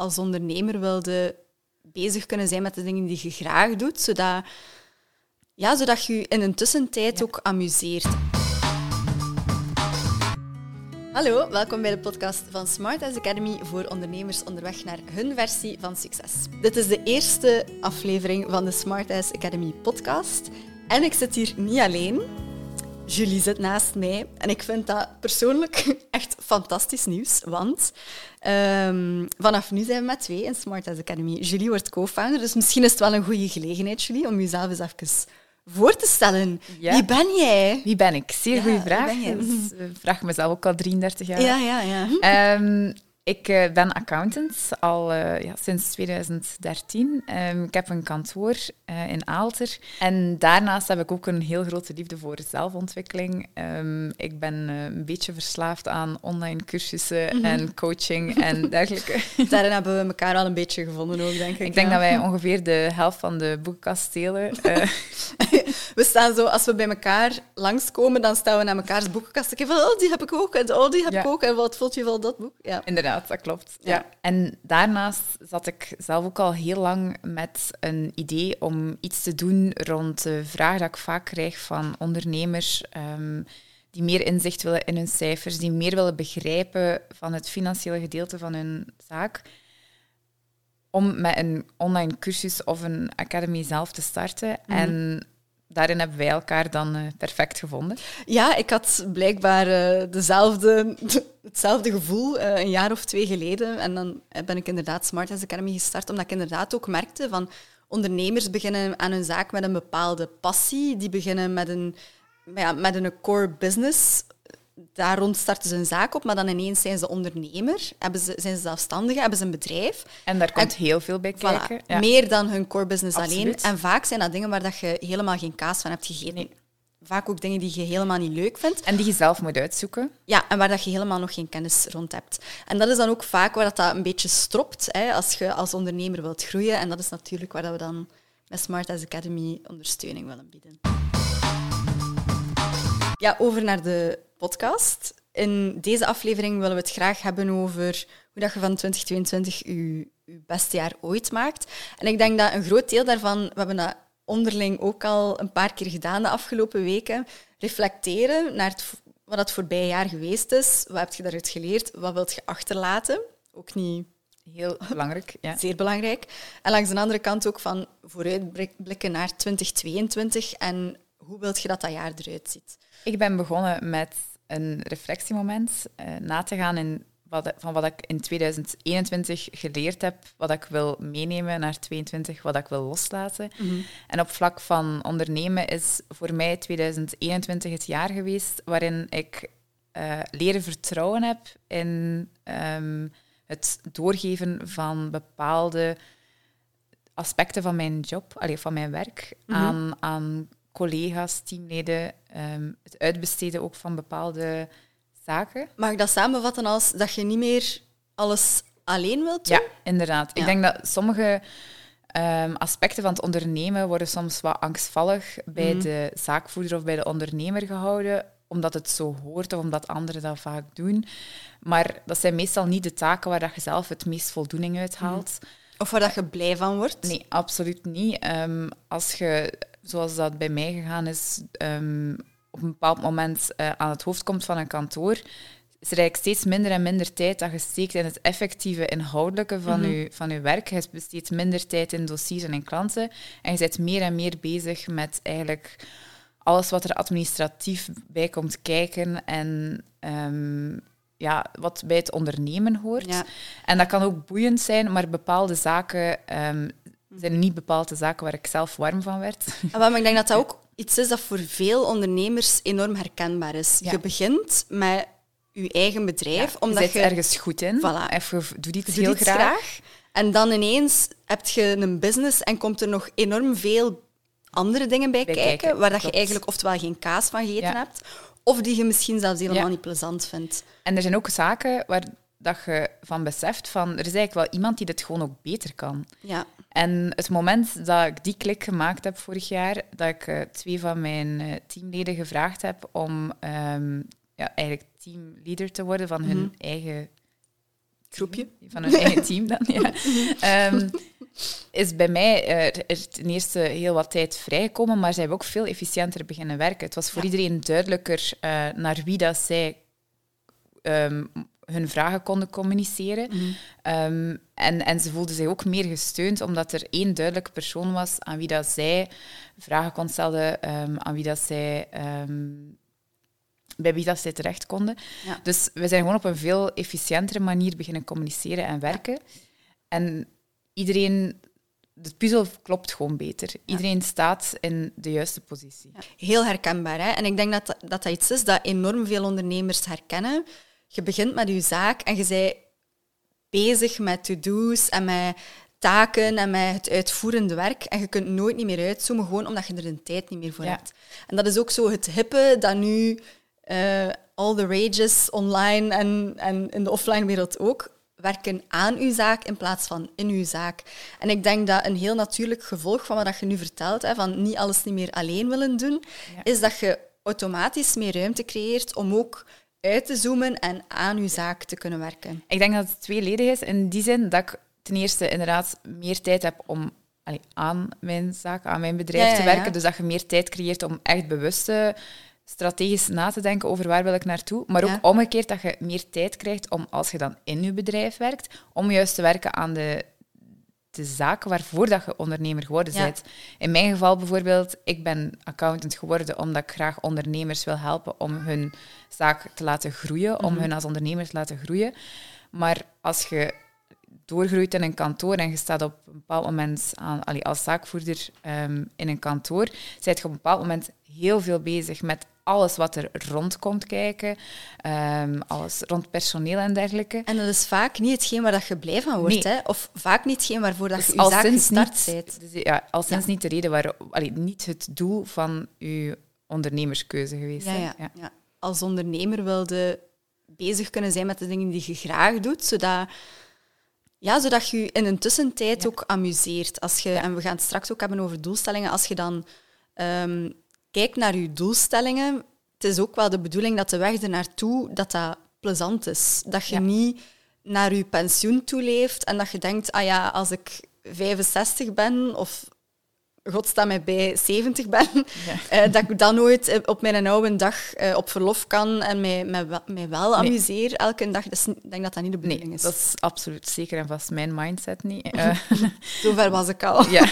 als ondernemer wilde bezig kunnen zijn met de dingen die je graag doet, zodat je je in een tussentijd ook amuseert. Hallo, welkom bij de podcast van Smart House Academy voor ondernemers onderweg naar hun versie van succes. Dit is de eerste aflevering van de Smart House Academy podcast. En ik zit hier niet alleen. Julie zit naast mij. En ik vind dat persoonlijk echt fantastisch nieuws, want vanaf nu zijn we met 2 in Smart House Academy. Julie wordt co-founder, dus misschien is het wel een goede gelegenheid, Julie, om jezelf eens even voor te stellen. Ja. Wie ben jij? Wie ben ik? Zeer goede vraag. Ik vraag mezelf ook al 33 jaar. Ja. Ik ben accountant al sinds 2013. Ik heb een kantoor in Aalter. En daarnaast heb ik ook een heel grote liefde voor zelfontwikkeling. Ik ben een beetje verslaafd aan online cursussen en coaching en dergelijke. Daarin hebben we elkaar al een beetje gevonden ook, denk ik. Ik denk dat wij ongeveer de helft van de boekenkast delen. We staan zo, als we bij elkaar langskomen, dan staan we naar mekaars boekenkast. Ik van, die heb ik ook, en die heb ik ook. En wat vond je van dat boek? Ja. Inderdaad, dat klopt. Ja. En daarnaast zat ik zelf ook al heel lang met een idee om iets te doen rond de vraag dat ik vaak krijg van ondernemers die meer inzicht willen in hun cijfers, die meer willen begrijpen van het financiële gedeelte van hun zaak, om met een online cursus of een academy zelf te starten. En daarin hebben wij elkaar dan perfect gevonden. Ja, ik had blijkbaar hetzelfde gevoel een jaar of 2 geleden. En dan ben ik inderdaad Smart House Academy gestart, omdat ik inderdaad ook merkte van ondernemers beginnen aan hun zaak met een bepaalde passie. Die beginnen met een core business. Daar rond starten ze een zaak op, maar dan ineens zijn ze ondernemer, zijn ze zelfstandigen, hebben ze een bedrijf. En daar komt heel veel bij kijken. Voilà, meer dan hun core business alleen. En vaak zijn dat dingen waar dat je helemaal geen kaas van hebt gegeten. Nee. Vaak ook dingen die je helemaal niet leuk vindt. En die je zelf moet uitzoeken. Ja, en waar dat je helemaal nog geen kennis rond hebt. En dat is dan ook vaak waar dat een beetje stopt, als je als ondernemer wilt groeien. En dat is natuurlijk waar dat we dan met Smart House Academy ondersteuning willen bieden. Ja, over naar de podcast. In deze aflevering willen we het graag hebben over hoe dat je van 2022 je beste jaar ooit maakt. En ik denk dat een groot deel daarvan, we hebben dat onderling ook al een paar keer gedaan de afgelopen weken, reflecteren naar wat het voorbije jaar geweest is. Wat heb je daaruit geleerd? Wat wil je achterlaten? Ook niet heel belangrijk. Ja. Zeer belangrijk. En langs de andere kant ook van vooruitblikken naar 2022 en hoe wil je dat jaar eruit ziet. Ik ben begonnen met een reflectiemoment, na te gaan van wat ik in 2021 geleerd heb, wat ik wil meenemen naar 2022, wat ik wil loslaten. En op vlak van ondernemen is voor mij 2021 het jaar geweest waarin ik leren vertrouwen heb in het doorgeven van bepaalde aspecten van mijn job, van mijn werk, aan collega's, teamleden, het uitbesteden ook van bepaalde zaken. Mag ik dat samenvatten als dat je niet meer alles alleen wilt doen? Ja, inderdaad. Ja. Ik denk dat sommige aspecten van het ondernemen worden soms wat angstvallig bij de zaakvoerder of bij de ondernemer gehouden, omdat het zo hoort of omdat anderen dat vaak doen. Maar dat zijn meestal niet de taken waar dat je zelf het meest voldoening uit haalt. Of waar dat je blij van wordt? Nee, absoluut niet. Als je, zoals dat bij mij gegaan is, op een bepaald moment aan het hoofd komt van een kantoor, is er eigenlijk steeds minder en minder tijd dat je steekt in het effectieve, inhoudelijke van je werk. Je besteedt minder tijd in dossiers en in klanten. En je bent meer en meer bezig met eigenlijk alles wat er administratief bij komt kijken en wat bij het ondernemen hoort. Ja. En dat kan ook boeiend zijn, maar bepaalde zaken zijn niet bepaalde zaken waar ik zelf warm van werd. Maar ik denk dat dat ook iets is dat voor veel ondernemers enorm herkenbaar is. Ja. Je begint met je eigen bedrijf. Omdat je ergens goed in. Voilà. Of je doet iets heel graag. En dan ineens heb je een business en komt er nog enorm veel andere dingen bij kijken, waar dat je eigenlijk oftewel geen kaas van gegeten hebt, of die je misschien zelfs helemaal niet plezant vindt. En er zijn ook zaken waar dat je van beseft van, er is eigenlijk wel iemand die dit gewoon ook beter kan. Ja. En het moment dat ik die klik gemaakt heb vorig jaar, dat ik 2 van mijn teamleden gevraagd heb om eigenlijk teamleader te worden van hun eigen groepje. Van hun eigen team dan, ja. Is bij mij er ten eerste heel wat tijd vrijgekomen, maar ze hebben ook veel efficiënter beginnen werken. Het was voor iedereen duidelijker naar wie dat zij hun vragen konden communiceren. En ze voelden zich ook meer gesteund, omdat er één duidelijke persoon was aan wie dat zij vragen kon stellen, aan wie dat zij... bij wie dat zij terecht konden. Ja. Dus we zijn gewoon op een veel efficiëntere manier beginnen communiceren en werken. En iedereen... De puzzel klopt gewoon beter. Ja. Iedereen staat in de juiste positie. Ja. Heel herkenbaar. Hè? En ik denk dat iets is dat enorm veel ondernemers herkennen. Je begint met je zaak en je bent bezig met to-do's en met taken en met het uitvoerende werk. En je kunt nooit niet meer uitzoomen, gewoon omdat je er de tijd niet meer voor hebt. En dat is ook zo het hippe dat nu all the rages online en in de offline wereld ook werken aan uw zaak in plaats van in uw zaak. En ik denk dat een heel natuurlijk gevolg van wat je nu vertelt, van niet alles niet meer alleen willen doen, is dat je automatisch meer ruimte creëert om ook uit te zoomen en aan uw zaak te kunnen werken. Ik denk dat het tweeledig is, in die zin dat ik ten eerste inderdaad meer tijd heb om aan mijn zaak, aan mijn bedrijf te werken. Dus dat je meer tijd creëert om echt bewust strategisch na te denken over waar wil ik naartoe. Maar ook omgekeerd dat je meer tijd krijgt om, als je dan in je bedrijf werkt, om juist te werken aan de zaken waarvoor dat je ondernemer geworden bent. In mijn geval bijvoorbeeld, ik ben accountant geworden omdat ik graag ondernemers wil helpen om hun zaak te laten groeien, om hun als ondernemers te laten groeien. Maar als je doorgroeit in een kantoor en je staat op een bepaald moment als zaakvoerder in een kantoor, zijt je op een bepaald moment heel veel bezig met alles wat er rond komt kijken, alles rond personeel en dergelijke. En dat is vaak niet hetgeen waar dat je blij van wordt, hè? Of vaak niet hetgeen waarvoor dat je je zaak gestart bent. Dus al sinds niet de reden niet het doel van je ondernemerskeuze geweest. Ja. Als ondernemer wilde bezig kunnen zijn met de dingen die je graag doet, zodat je je in een tussentijd ook amuseert. En we gaan het straks ook hebben over doelstellingen. Als je dan kijkt naar je doelstellingen, het is ook wel de bedoeling dat de weg ernaartoe dat plezant is. Dat je niet naar je pensioen toe leeft en dat je denkt, als ik 65 ben of God sta mij bij 70 ben, dat ik dan nooit op mijn oude dag op verlof kan en mij wel amuseer elke dag. Dus ik denk dat dat niet de bedoeling is. Dat is absoluut zeker en vast mijn mindset niet. Zover was ik al. Ja.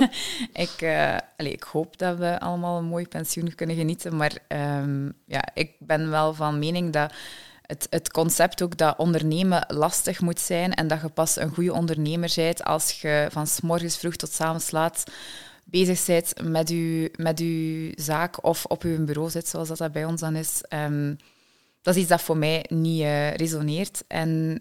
Ik hoop dat we allemaal een mooi pensioen kunnen genieten, maar ik ben wel van mening dat het concept ook dat ondernemen lastig moet zijn en dat je pas een goede ondernemer bent als je van 's morgens vroeg tot 's avonds laat bezig bent met uw zaak of op uw bureau zit, zoals dat bij ons dan is. Dat is iets dat voor mij niet resoneert. En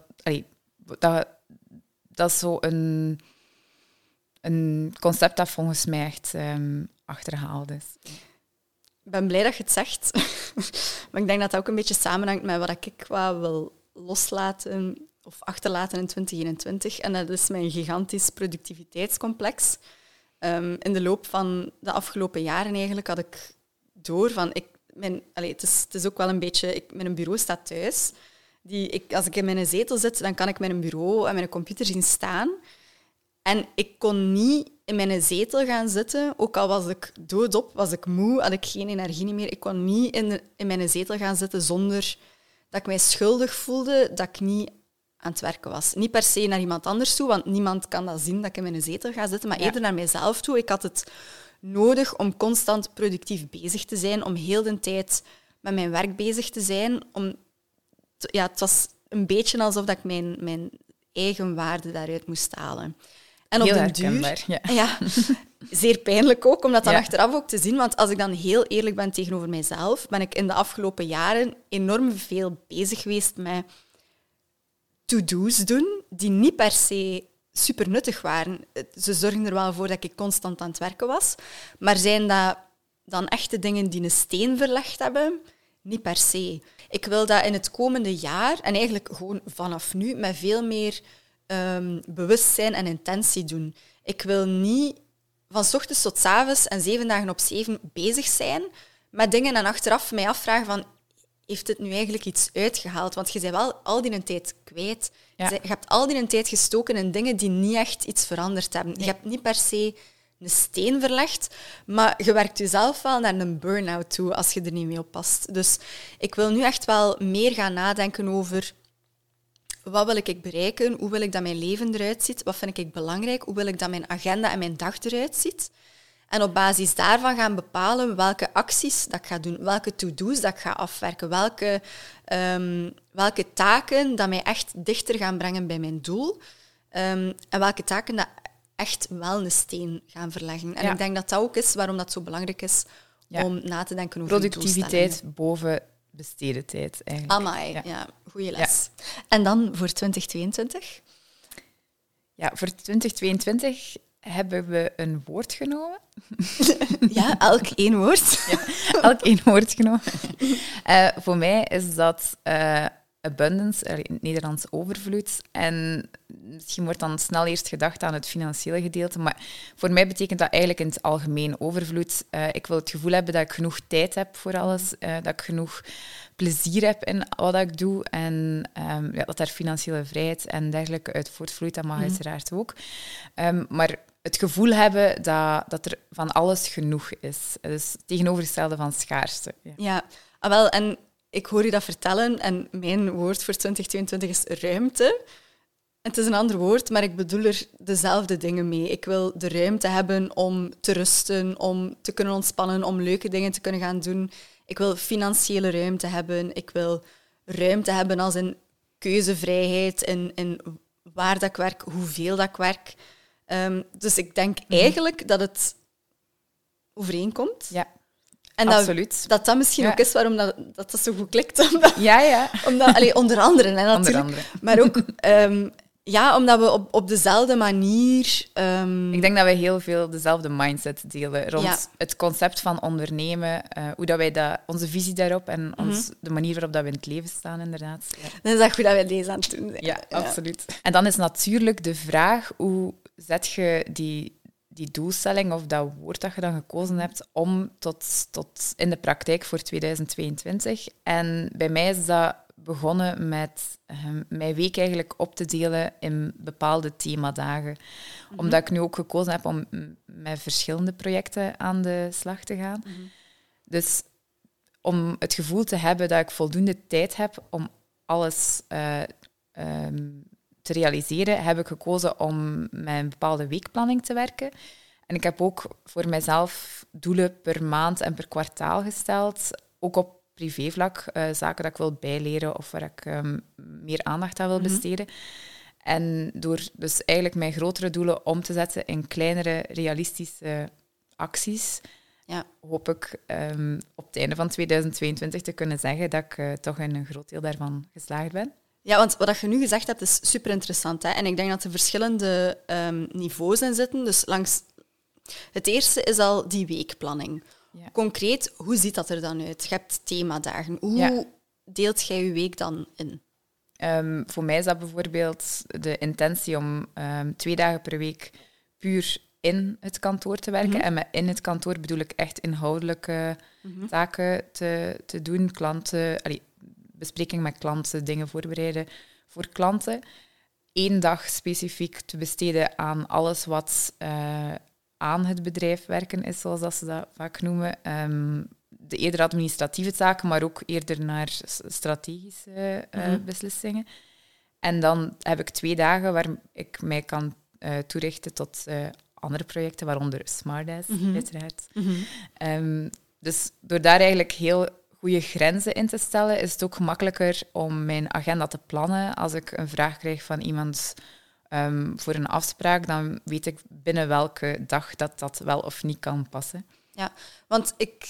dat is zo een concept dat volgens mij echt achterhaald is. Ik ben blij dat je het zegt. Maar ik denk dat dat ook een beetje samenhangt met wat ik wil loslaten of achterlaten in 2021. En dat is mijn gigantisch productiviteitscomplex. In de loop van de afgelopen jaren eigenlijk had ik door van... Het is ook wel een beetje... Mijn bureau staat thuis. Als ik in mijn zetel zit, dan kan ik mijn bureau en mijn computer zien staan. En ik kon niet in mijn zetel gaan zitten, ook al was ik doodop, was ik moe, had ik geen energie meer. Ik kon niet in mijn zetel gaan zitten zonder dat ik mij schuldig voelde dat ik niet aan het werken was. Niet per se naar iemand anders toe, want niemand kan dat zien dat ik in mijn zetel ga zitten, maar eerder naar mijzelf toe. Ik had het nodig om constant productief bezig te zijn, om heel de tijd met mijn werk bezig te zijn. Het was een beetje alsof ik mijn eigen waarde daaruit moest halen. En op den duur... Ja, zeer pijnlijk ook, om dat dan achteraf ook te zien. Want als ik dan heel eerlijk ben tegenover mijzelf, ben ik in de afgelopen jaren enorm veel bezig geweest met to-do's doen, die niet per se super nuttig waren. Ze zorgen er wel voor dat ik constant aan het werken was. Maar zijn dat dan echte dingen die een steen verlegd hebben? Niet per se. Ik wil dat in het komende jaar, en eigenlijk gewoon vanaf nu, met veel meer bewustzijn en intentie doen. Ik wil niet van 's ochtends tot 's avonds en 7 dagen op 7 bezig zijn met dingen en achteraf mij afvragen van, heeft het nu eigenlijk iets uitgehaald? Want je bent wel al die tijd kwijt Ja. Je hebt al die tijd gestoken in dingen die niet echt iets veranderd hebben. Nee. Je hebt niet per se een steen verlegd, maar je werkt jezelf wel naar een burn-out toe als je er niet mee oppast. Dus ik wil nu echt wel meer gaan nadenken over wat wil ik bereiken, hoe wil ik dat mijn leven eruit ziet, wat vind ik belangrijk, hoe wil ik dat mijn agenda en mijn dag eruit ziet. En op basis daarvan gaan bepalen welke acties dat ik ga doen, welke to-do's dat ik ga afwerken, welke taken dat mij echt dichter gaan brengen bij mijn doel en welke taken dat echt wel een steen gaan verleggen. En ik denk dat dat ook is waarom dat zo belangrijk is om na te denken over productiviteit boven besteden tijd. Eigenlijk. Amai, ja, goede les. Ja. En dan voor 2022? Ja, voor 2022 hebben we een woord genomen. Ja, elk één woord. Ja, elk één woord genomen. Voor mij is dat abundance, in het Nederlands overvloed. En misschien wordt dan snel eerst gedacht aan het financiële gedeelte, maar voor mij betekent dat eigenlijk in het algemeen overvloed. Ik wil het gevoel hebben dat ik genoeg tijd heb voor alles, dat ik genoeg plezier heb in wat ik doe en dat daar financiële vrijheid en dergelijke uit voortvloeit, dat mag uiteraard ook. Maar het gevoel hebben dat er van alles genoeg is. Dus het tegenovergestelde van schaarste. Ja, wel, en ik hoor je dat vertellen en mijn woord voor 2022 is ruimte. Het is een ander woord, maar ik bedoel er dezelfde dingen mee. Ik wil de ruimte hebben om te rusten, om te kunnen ontspannen, om leuke dingen te kunnen gaan doen. Ik wil financiële ruimte hebben. Ik wil ruimte hebben als in keuzevrijheid, in waar dat ik werk, hoeveel dat ik werk. Dus ik denk eigenlijk dat het overeenkomt. Ja. En absoluut. Dat misschien ook is waarom dat zo goed klikt. Onder andere, hè, natuurlijk. Onder andere. Maar ook omdat we op dezelfde manier... Ik denk dat we heel veel dezelfde mindset delen rond het concept van ondernemen, hoe dat wij onze visie daarop en de manier waarop dat we in het leven staan, inderdaad. Ja. Dan is dat goed dat wij deze aan het doen zijn. Ja, absoluut. En dan is natuurlijk de vraag, hoe zet je die doelstelling of dat woord dat je dan gekozen hebt om tot in de praktijk voor 2022. En bij mij is dat begonnen met mijn week eigenlijk op te delen in bepaalde themadagen. Omdat ik nu ook gekozen heb om met verschillende projecten aan de slag te gaan. Dus om het gevoel te hebben dat ik voldoende tijd heb om alles te realiseren, heb ik gekozen om met een bepaalde weekplanning te werken. En ik heb ook voor mijzelf doelen per maand en per kwartaal gesteld, ook op privévlak, zaken dat ik wil bijleren of waar ik meer aandacht aan wil besteden. En door dus eigenlijk mijn grotere doelen om te zetten in kleinere, realistische acties, hoop ik op het einde van 2022 te kunnen zeggen dat ik toch in een groot deel daarvan geslaagd ben. Ja, want wat je nu gezegd hebt, is super interessant. Hè? En ik denk dat er verschillende niveaus in zitten. Dus het eerste is al die weekplanning. Ja. Concreet, hoe ziet dat er dan uit? Je hebt themadagen. Hoe deelt jij je week dan in? Voor mij is dat bijvoorbeeld de intentie om 2 dagen per week puur in het kantoor te werken. En met in het kantoor bedoel ik echt inhoudelijke taken te doen. Bespreking met klanten, dingen voorbereiden voor klanten. 1 dag specifiek te besteden aan alles wat aan het bedrijf werken is, zoals dat ze dat vaak noemen. De eerder administratieve taken, maar ook eerder naar strategische beslissingen. En dan heb ik 2 dagen waar ik mij kan toerichten tot andere projecten, waaronder Smart As, uiteraard. Dus door daar eigenlijk heel goede grenzen in te stellen, is het ook gemakkelijker om mijn agenda te plannen. Als ik een vraag krijg van iemand voor een afspraak, dan weet ik binnen welke dag dat wel of niet kan passen. Ja, want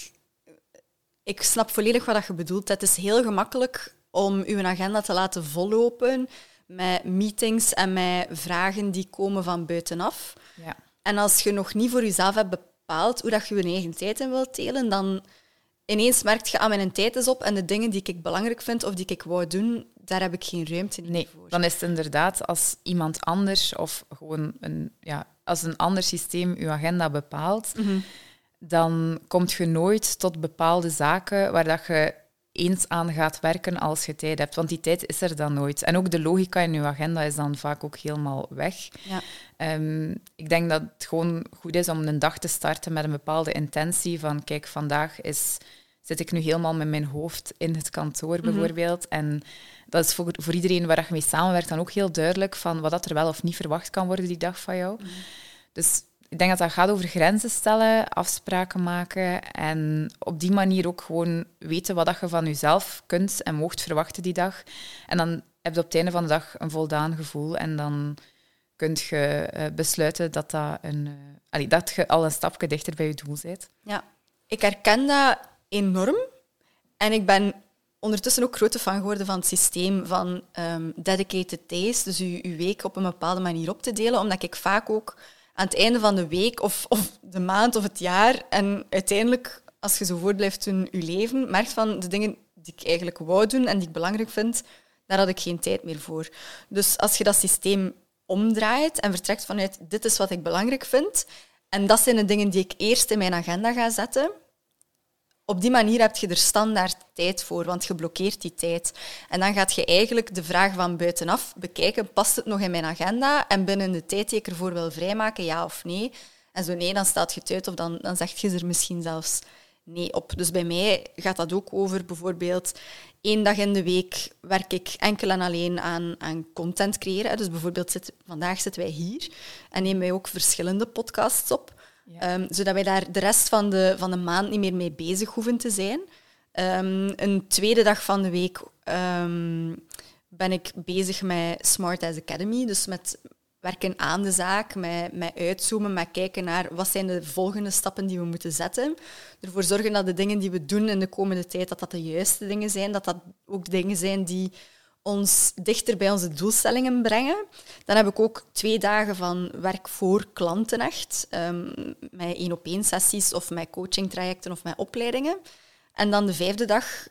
ik snap volledig wat je bedoelt. Het is heel gemakkelijk om uw agenda te laten vollopen met meetings en met vragen die komen van buitenaf. Ja. En als je nog niet voor jezelf hebt bepaald hoe dat je je eigen tijd in wilt delen, dan ineens merk je, mijn tijd is op en de dingen die ik belangrijk vind of die ik wou doen, daar heb ik geen ruimte meer voor. Dan is het inderdaad als iemand anders of gewoon als een ander systeem je agenda bepaalt, dan kom je nooit tot bepaalde zaken waar dat je eens aan gaat werken als je tijd hebt. Want die tijd is er dan nooit. En ook de logica in je agenda is dan vaak ook helemaal weg. Ja. Ik denk dat het gewoon goed is om een dag te starten met een bepaalde intentie van kijk, vandaag zit ik nu helemaal met mijn hoofd in het kantoor bijvoorbeeld. En dat is voor iedereen waar je mee samenwerkt dan ook heel duidelijk van wat dat er wel of niet verwacht kan worden die dag van jou. Dus ik denk dat dat gaat over grenzen stellen, afspraken maken en op die manier ook gewoon weten wat dat je van jezelf kunt en mocht verwachten die dag. En dan heb je op het einde van de dag een voldaan gevoel en dan kun je besluiten dat je al een stapje dichter bij je doel bent. Ja, ik herken dat enorm. En ik ben ondertussen ook grote fan geworden van het systeem van dedicated days, dus je week op een bepaalde manier op te delen, omdat ik vaak ook aan het einde van de week of de maand of het jaar en uiteindelijk, als je zo voort blijft doen je leven, merkt van de dingen die ik eigenlijk wou doen en die ik belangrijk vind, daar had ik geen tijd meer voor. Dus als je dat systeem omdraait en vertrekt vanuit dit is wat ik belangrijk vind en dat zijn de dingen die ik eerst in mijn agenda ga zetten, op die manier heb je er standaard tijd voor, want je blokkeert die tijd. En dan gaat je eigenlijk de vraag van buitenaf bekijken, past het nog in mijn agenda? En binnen de tijd die ik ervoor wil vrijmaken, ja of nee? En zo nee, dan staat je het uit of dan zeg je er misschien zelfs nee op. Dus bij mij gaat dat ook over bijvoorbeeld 1 dag in de week werk ik enkel en alleen aan content creëren. Dus bijvoorbeeld vandaag zitten wij hier en nemen wij ook verschillende podcasts op. Ja. Zodat wij daar de rest van de maand niet meer mee bezig hoeven te zijn. Een tweede dag van de week ben ik bezig met Smart as Academy, dus met werken aan de zaak, met uitzoomen, met kijken naar wat zijn de volgende stappen die we moeten zetten. Ervoor zorgen dat de dingen die we doen in de komende tijd, dat de juiste dingen zijn, dat ook dingen zijn die ons dichter bij onze doelstellingen brengen. Dan heb ik ook 2 dagen van werk voor klanten echt, met 1-op-1 sessies of met coachingtrajecten of met opleidingen. En dan de 5e dag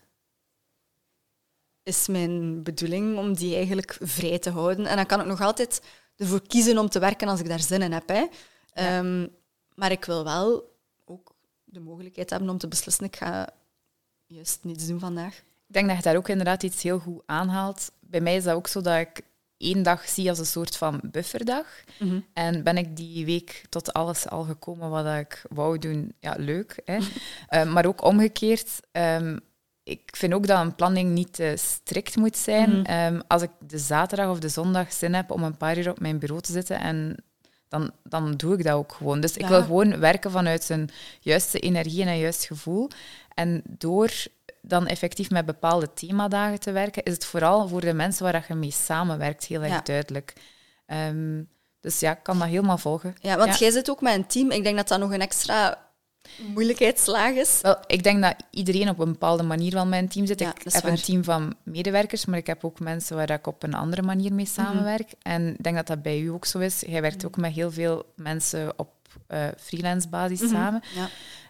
is mijn bedoeling om die eigenlijk vrij te houden. En dan kan ik nog altijd ervoor kiezen om te werken als ik daar zin in heb. Hè. Ja. Maar ik wil wel ook de mogelijkheid hebben om te beslissen, ik ga juist niets doen vandaag. Ik denk dat je daar ook inderdaad iets heel goed aanhaalt. Bij mij is dat ook zo dat ik 1 dag zie als een soort van bufferdag. Mm-hmm. En ben ik die week tot alles al gekomen wat ik wou doen, ja, leuk. Hè? Maar ook omgekeerd, ik vind ook dat een planning niet te strikt moet zijn. Mm-hmm. Als ik de zaterdag of de zondag zin heb om een paar uur op mijn bureau te zitten, en dan doe ik dat ook gewoon. Dus ik wil gewoon werken vanuit een juiste energie en een juist gevoel. En door dan effectief met bepaalde themadagen te werken, is het vooral voor de mensen waar je mee samenwerkt heel erg duidelijk. Dus ja, ik kan dat helemaal volgen. Ja, want jij zit ook met een team. Ik denk dat dat nog een extra moeilijkheidslaag is. Wel, ik denk dat iedereen op een bepaalde manier wel met een team zit. Ik heb een team van medewerkers, maar ik heb ook mensen waar ik op een andere manier mee samenwerk. En ik denk dat dat bij u ook zo is. Jij werkt ook met heel veel mensen op freelance basis samen. Ja.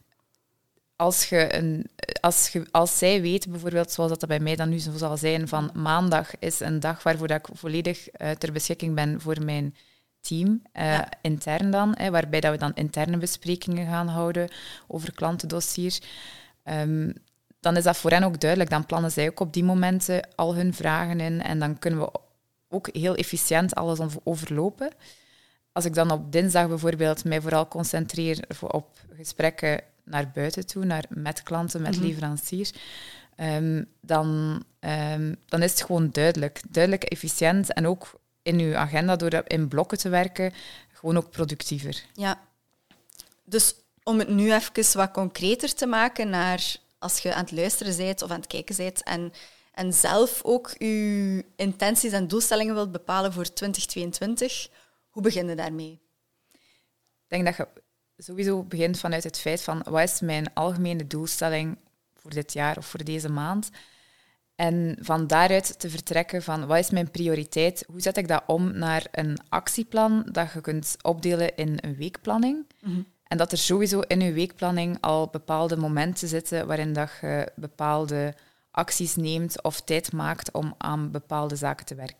Als zij weten, bijvoorbeeld, zoals dat bij mij dan nu zo zal zijn, van maandag is een dag waarvoor ik volledig ter beschikking ben voor mijn team, intern dan, waarbij dat we dan interne besprekingen gaan houden over klantendossiers, dan is dat voor hen ook duidelijk. Dan plannen zij ook op die momenten al hun vragen in en dan kunnen we ook heel efficiënt alles overlopen. Als ik dan op dinsdag bijvoorbeeld mij vooral concentreer op gesprekken naar buiten toe, met klanten, met leveranciers, dan is het gewoon duidelijk efficiënt en ook in uw agenda, door in blokken te werken, gewoon ook productiever. Ja. Dus om het nu even wat concreter te maken naar als je aan het luisteren bent of aan het kijken bent en zelf ook je intenties en doelstellingen wilt bepalen voor 2022, hoe begin je daarmee? Ik denk dat je sowieso begint vanuit het feit van wat is mijn algemene doelstelling voor dit jaar of voor deze maand? En van daaruit te vertrekken van wat is mijn prioriteit? Hoe zet ik dat om naar een actieplan dat je kunt opdelen in een weekplanning? Mm-hmm. En dat er sowieso in je weekplanning al bepaalde momenten zitten waarin dat je bepaalde acties neemt of tijd maakt om aan bepaalde zaken te werken.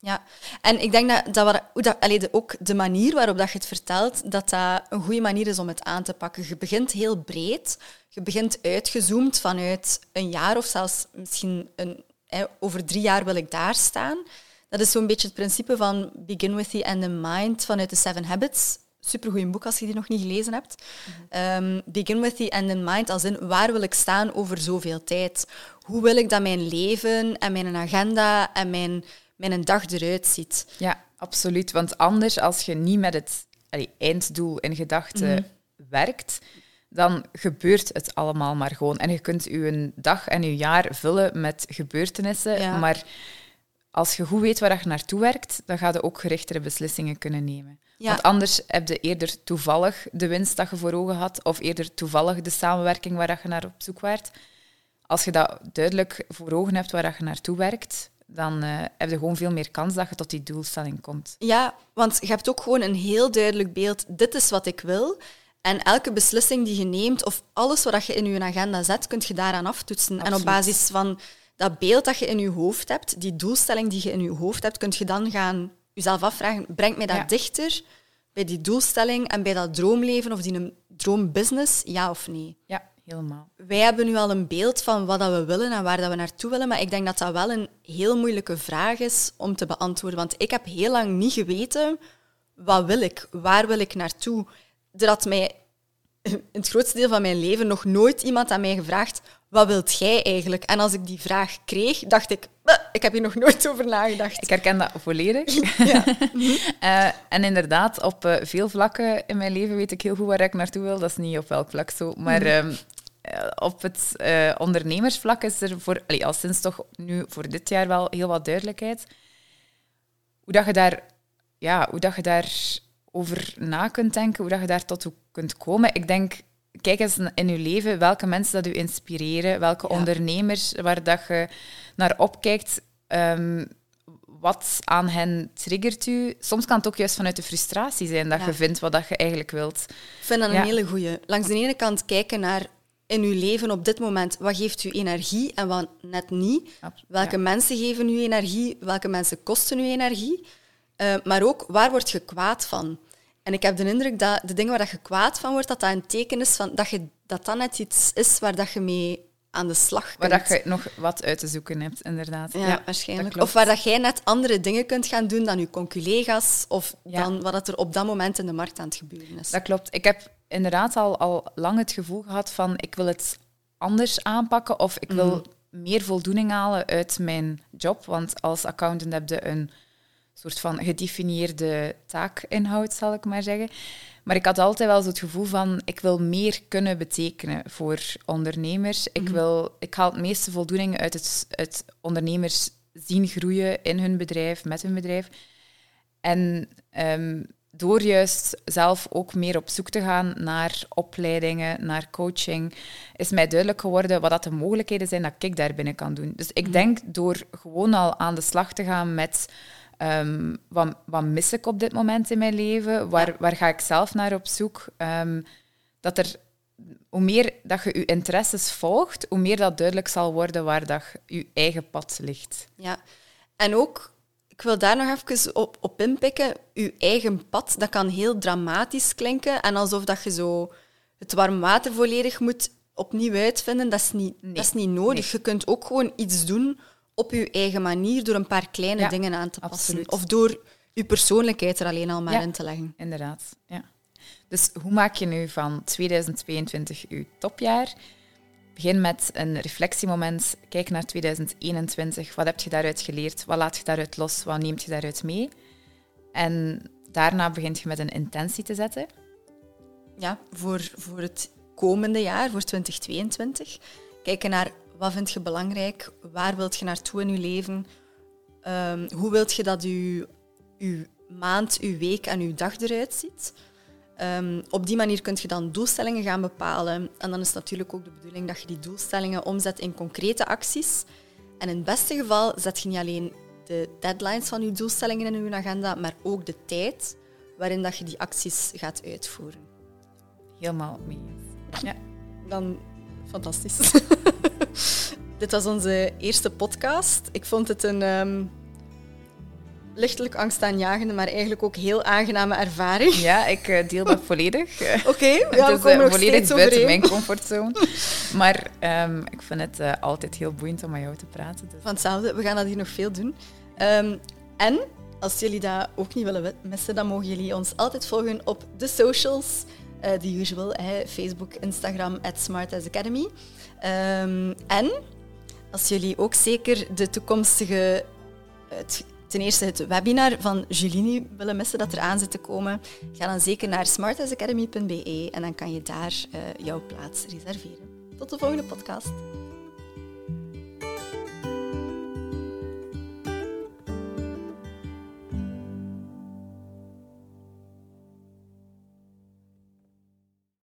Ja, en ik denk dat ook de manier waarop dat je het vertelt, dat een goede manier is om het aan te pakken. Je begint heel breed, je begint uitgezoomd vanuit een jaar of zelfs misschien over 3 jaar wil ik daar staan. Dat is zo'n beetje het principe van begin with the end in mind vanuit de 7 Habits. Supergoeie boek als je die nog niet gelezen hebt. Begin with the end in mind, als in waar wil ik staan over zoveel tijd? Hoe wil ik dat mijn leven en mijn agenda en mijn dag eruit ziet? Ja, absoluut. Want anders, als je niet met het einddoel in gedachten werkt, dan gebeurt het allemaal maar gewoon. En je kunt je dag en je jaar vullen met gebeurtenissen, maar als je goed weet waar je naartoe werkt, dan ga je ook gerichtere beslissingen kunnen nemen. Ja. Want anders heb je eerder toevallig de winst dat je voor ogen had, of eerder toevallig de samenwerking waar je naar op zoek waart. Als je dat duidelijk voor ogen hebt waar je naartoe werkt, dan heb je gewoon veel meer kans dat je tot die doelstelling komt. Ja, want je hebt ook gewoon een heel duidelijk beeld. Dit is wat ik wil. En elke beslissing die je neemt, of alles wat je in je agenda zet, kun je daaraan aftoetsen. Absoluut. En op basis van dat beeld dat je in je hoofd hebt, die doelstelling die je in je hoofd hebt, kun je dan gaan jezelf afvragen, brengt mij dat dichter bij die doelstelling en bij dat droomleven of die droombusiness, ja of nee? Ja, helemaal. Wij hebben nu al een beeld van wat dat we willen en waar dat we naartoe willen, maar ik denk dat dat wel een heel moeilijke vraag is om te beantwoorden. Want ik heb heel lang niet geweten, wat wil ik? Waar wil ik naartoe? Er had mij in het grootste deel van mijn leven nog nooit iemand aan mij gevraagd, wat wilt jij eigenlijk? En als ik die vraag kreeg, dacht ik, ik heb hier nog nooit over nagedacht. Ik herken dat volledig. En inderdaad, op veel vlakken in mijn leven weet ik heel goed waar ik naartoe wil. Dat is niet op welk vlak zo. Maar op het ondernemersvlak is er al sinds toch nu voor dit jaar wel heel wat duidelijkheid. Hoe dat je daar over na kunt denken, hoe dat je daar tot kunt komen. Ik denk, kijk eens in je leven welke mensen dat u inspireren, welke ondernemers waar dat je naar opkijkt, wat aan hen triggert u. Soms kan het ook juist vanuit de frustratie zijn dat je vindt wat dat je eigenlijk wilt. Ik vind dat een hele goeie. Langs de ene kant kijken naar in uw leven op dit moment, wat geeft u energie en wat net niet. Welke mensen geven u energie, welke mensen kosten u energie. Maar ook, waar word je kwaad van? En ik heb de indruk dat de dingen waar je kwaad van wordt, dat een teken is van dat net iets is waar dat je mee aan de slag kunt. Waar dat je nog wat uit te zoeken hebt, inderdaad. Ja, waarschijnlijk. Of waar dat jij net andere dingen kunt gaan doen dan je conculega's of dan wat er op dat moment in de markt aan het gebeuren is. Dat klopt. Ik heb inderdaad al lang het gevoel gehad van ik wil het anders aanpakken of ik wil meer voldoening halen uit mijn job. Want als accountant heb je een soort van gedefinieerde taakinhoud, zal ik maar zeggen. Maar ik had altijd wel zo het gevoel van, ik wil meer kunnen betekenen voor ondernemers. Ik haal het meeste voldoening uit het ondernemers zien groeien in hun bedrijf, met hun bedrijf. En door juist zelf ook meer op zoek te gaan naar opleidingen, naar coaching, is mij duidelijk geworden wat dat de mogelijkheden zijn dat ik daar binnen kan doen. Dus ik denk door gewoon al aan de slag te gaan met wat mis ik op dit moment in mijn leven? Waar ga ik zelf naar op zoek? Hoe meer dat je je interesses volgt, hoe meer dat duidelijk zal worden waar dat je eigen pad ligt. Ja, en ook, ik wil daar nog even op inpikken, je eigen pad, dat kan heel dramatisch klinken en alsof dat je zo het warm water volledig moet opnieuw uitvinden. Dat is niet nodig. Nee. Je kunt ook gewoon iets doen op je eigen manier, door een paar kleine dingen aan te passen. Absoluut. Of door je persoonlijkheid er alleen al maar in te leggen. Inderdaad. Ja. Dus hoe maak je nu van 2022 je topjaar? Begin met een reflectiemoment. Kijk naar 2021. Wat heb je daaruit geleerd? Wat laat je daaruit los? Wat neemt je daaruit mee? En daarna begint je met een intentie te zetten. Ja, voor het komende jaar, voor 2022. Kijken naar wat vind je belangrijk? Waar wilt je naartoe in je leven? Hoe wilt je dat je maand, je week en je dag eruit ziet? Op die manier kun je dan doelstellingen gaan bepalen. En dan is natuurlijk ook de bedoeling dat je die doelstellingen omzet in concrete acties. En in het beste geval zet je niet alleen de deadlines van je doelstellingen in je agenda, maar ook de tijd waarin dat je die acties gaat uitvoeren. Helemaal mee. Ja. Dan fantastisch. Dit was onze eerste podcast. Ik vond het een lichtelijk angstaanjagende, maar eigenlijk ook heel aangename ervaring. Ja, ik deel dat volledig. Oké, ja, we Het komen is nog volledig steeds buiten overeen. mijn comfortzone. Maar ik vind het altijd heel boeiend om met jou te praten. Dus. Van hetzelfde, we gaan dat hier nog veel doen. En als jullie dat ook niet willen missen, dan mogen jullie ons altijd volgen op de socials. The usual, Facebook, Instagram, @SmartAsAcademy. En als jullie ook zeker de toekomstige... ten eerste het webinar van Julie willen missen dat er aan zit te komen, ga dan zeker naar smartasacademy.be en dan kan je daar jouw plaats reserveren. Tot de volgende podcast.